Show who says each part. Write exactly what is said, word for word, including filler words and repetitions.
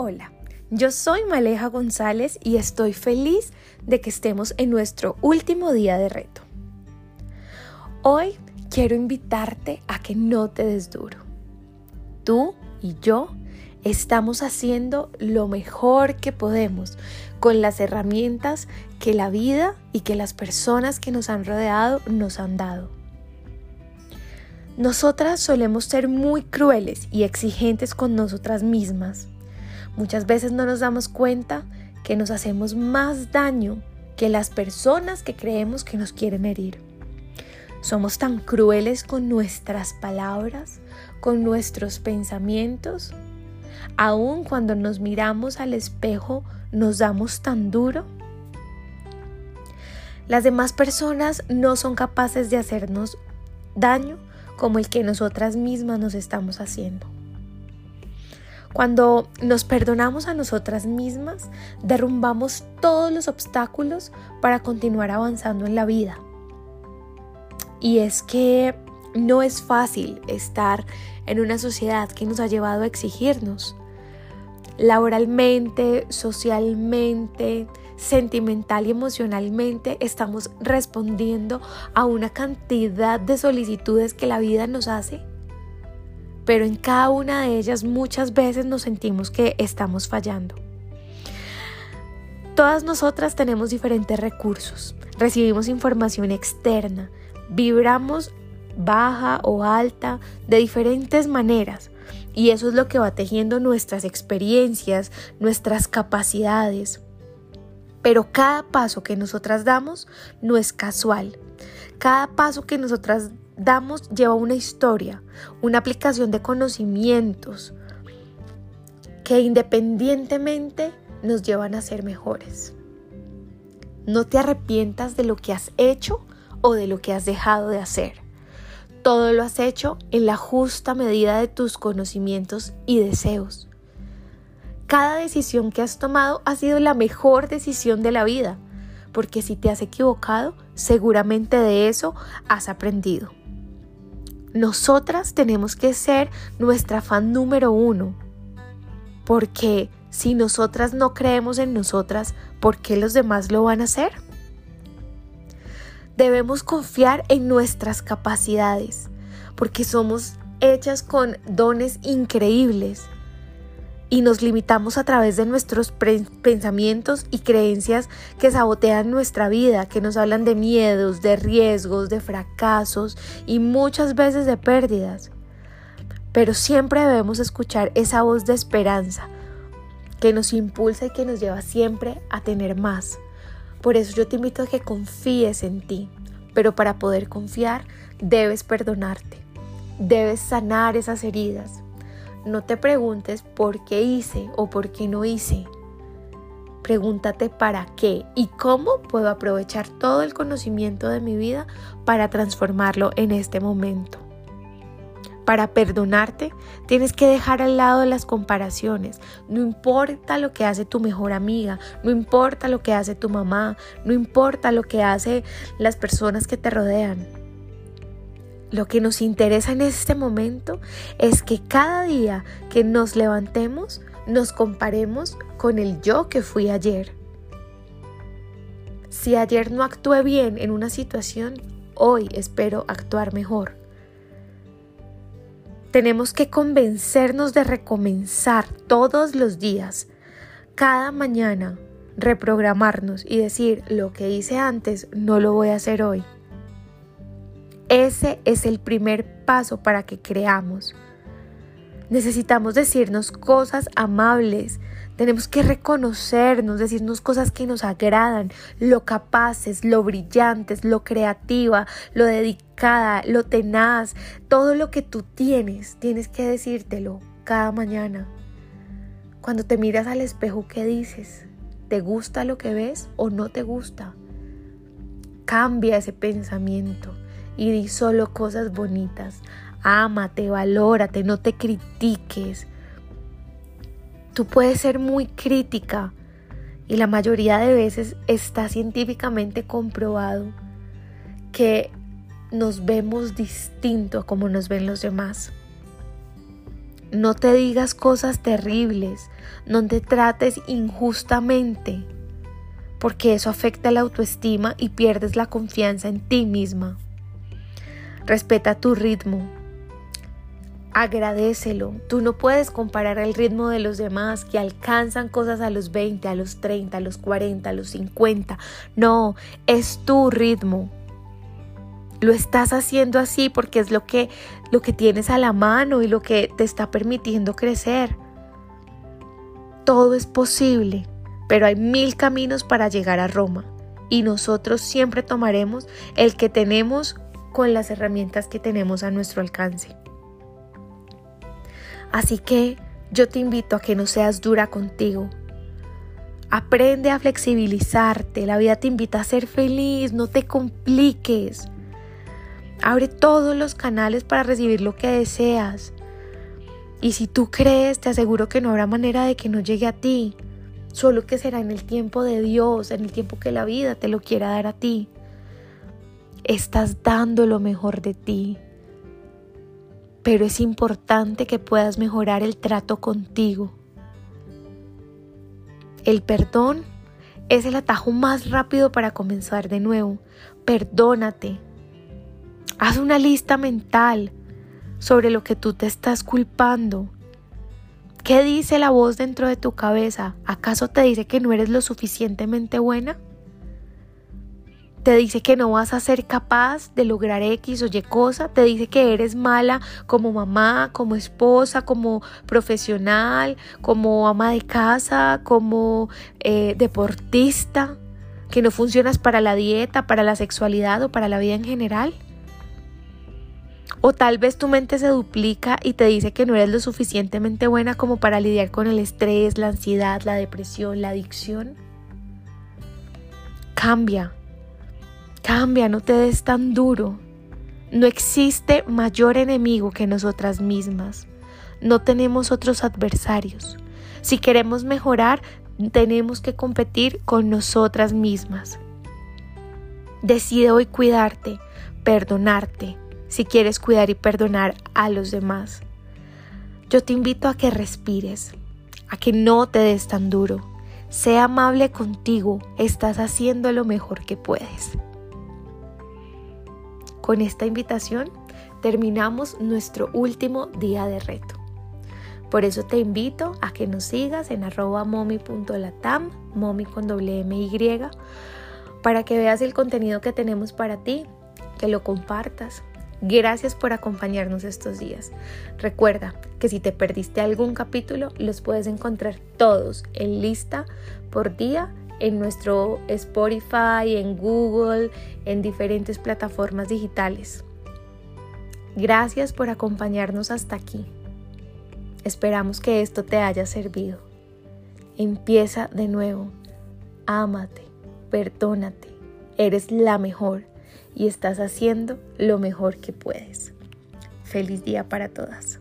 Speaker 1: Hola, yo soy Maleja González y estoy feliz de que estemos en nuestro último día de reto. Hoy quiero invitarte a que no te des duro. Tú y yo estamos haciendo lo mejor que podemos con las herramientas que la vida y que las personas que nos han rodeado nos han dado. Nosotras solemos ser muy crueles y exigentes con nosotras mismas. Muchas veces no nos damos cuenta que nos hacemos más daño que las personas que creemos que nos quieren herir. Somos tan crueles con nuestras palabras, con nuestros pensamientos. Aun cuando nos miramos al espejo, nos damos tan duro. Las demás personas no son capaces de hacernos daño como el que nosotras mismas nos estamos haciendo. Cuando nos perdonamos a nosotras mismas, derrumbamos todos los obstáculos para continuar avanzando en la vida. Y es que no es fácil estar en una sociedad que nos ha llevado a exigirnos. Laboralmente, socialmente, sentimental y emocionalmente estamos respondiendo a una cantidad de solicitudes que la vida nos hace. Pero en cada una de ellas muchas veces nos sentimos que estamos fallando. Todas nosotras tenemos diferentes recursos, recibimos información externa, vibramos baja o alta de diferentes maneras y eso es lo que va tejiendo nuestras experiencias, nuestras capacidades. Pero cada paso que nosotras damos no es casual. Cada paso que nosotras damos lleva una historia, una aplicación de conocimientos que independientemente nos llevan a ser mejores. No te arrepientas de lo que has hecho o de lo que has dejado de hacer. Todo lo has hecho en la justa medida de tus conocimientos y deseos. Cada decisión que has tomado ha sido la mejor decisión de la vida, porque si te has equivocado, seguramente de eso has aprendido. Nosotras tenemos que ser nuestra fan número uno, porque si nosotras no creemos en nosotras, ¿por qué los demás lo van a hacer? Debemos confiar en nuestras capacidades, porque somos hechas con dones increíbles y nos limitamos a través de nuestros pre- pensamientos y creencias que sabotean nuestra vida, que nos hablan de miedos, de riesgos, de fracasos y muchas veces de pérdidas. Pero siempre debemos escuchar esa voz de esperanza que nos impulsa y que nos lleva siempre a tener más. Por eso yo te invito a que confíes en ti, pero para poder confiar debes perdonarte, debes sanar esas heridas. No te preguntes por qué hice o por qué no hice. Pregúntate para qué y cómo puedo aprovechar todo el conocimiento de mi vida para transformarlo en este momento. Para perdonarte, tienes que dejar al lado las comparaciones. No importa lo que hace tu mejor amiga, no importa lo que hace tu mamá, no importa lo que hacen las personas que te rodean. Lo que nos interesa en este momento es que cada día que nos levantemos, nos comparemos con el yo que fui ayer. Si ayer no actué bien en una situación, hoy espero actuar mejor. Tenemos que convencernos de recomenzar todos los días, cada mañana, reprogramarnos y decir lo que hice antes no lo voy a hacer hoy. Ese es el primer paso para que creamos. Necesitamos decirnos cosas amables. Tenemos que reconocernos, decirnos cosas que nos agradan, lo capaces, lo brillantes, lo creativa, lo dedicada, lo tenaz. Todo lo que tú tienes, tienes que decírtelo cada mañana. Cuando te miras al espejo, ¿qué dices? ¿Te gusta lo que ves o no te gusta? Cambia ese pensamiento y di solo cosas bonitas. Ámate, valórate, no te critiques. Tú puedes ser muy crítica y la mayoría de veces está científicamente comprobado que nos vemos distinto a como nos ven los demás. No te digas cosas terribles, no te trates injustamente, porque eso afecta la autoestima y pierdes la confianza en ti misma. Respeta tu ritmo, agradécelo. Tú no puedes comparar el ritmo de los demás que alcanzan cosas a los veinte, a los treinta, a los cuarenta, a los cincuenta. No, es tu ritmo. Lo estás haciendo así porque es lo que, lo que tienes a la mano y lo que te está permitiendo crecer. Todo es posible, pero hay mil caminos para llegar a Roma y nosotros siempre tomaremos el que tenemos con las herramientas que tenemos a nuestro alcance. Así que yo te invito a que no seas dura contigo. Aprende a flexibilizarte, la vida te invita a ser feliz, no te compliques. Abre todos los canales para recibir lo que deseas. Y si tú crees, te aseguro que no habrá manera de que no llegue a ti. Solo que será en el tiempo de Dios, en el tiempo que la vida te lo quiera dar a ti. Estás dando lo mejor de ti. Pero es importante que puedas mejorar el trato contigo. El perdón es el atajo más rápido para comenzar de nuevo. Perdónate. Haz una lista mental sobre lo que tú te estás culpando. ¿Qué dice la voz dentro de tu cabeza? ¿Acaso te dice que no eres lo suficientemente buena? ¿Te dice que no vas a ser capaz de lograr X o Y cosa? ¿Te dice que eres mala como mamá, como esposa, como profesional, como ama de casa, como eh, deportista? ¿Que no funcionas para la dieta, para la sexualidad o para la vida en general? O tal vez tu mente se duplica y te dice que no eres lo suficientemente buena como para lidiar con el estrés, la ansiedad, la depresión, la adicción. Cambia, cambia, no te des tan duro. No existe mayor enemigo que nosotras mismas. No tenemos otros adversarios. Si queremos mejorar, tenemos que competir con nosotras mismas. Decide hoy cuidarte, perdonarte. Si quieres cuidar y perdonar a los demás. Yo te invito a que respires, a que no te des tan duro. Sé amable contigo, estás haciendo lo mejor que puedes. Con esta invitación terminamos nuestro último día de reto. Por eso te invito a que nos sigas en arroba momi punto latam, momi con doble M Y, para que veas el contenido que tenemos para ti, que lo compartas. Gracias por acompañarnos estos días. Recuerda que si te perdiste algún capítulo, los puedes encontrar todos en lista por día en nuestro Spotify, en Google, en diferentes plataformas digitales. Gracias por acompañarnos hasta aquí. Esperamos que esto te haya servido. Empieza de nuevo. Ámate, perdónate. Eres la mejor. Y estás haciendo lo mejor que puedes. Feliz día para todas.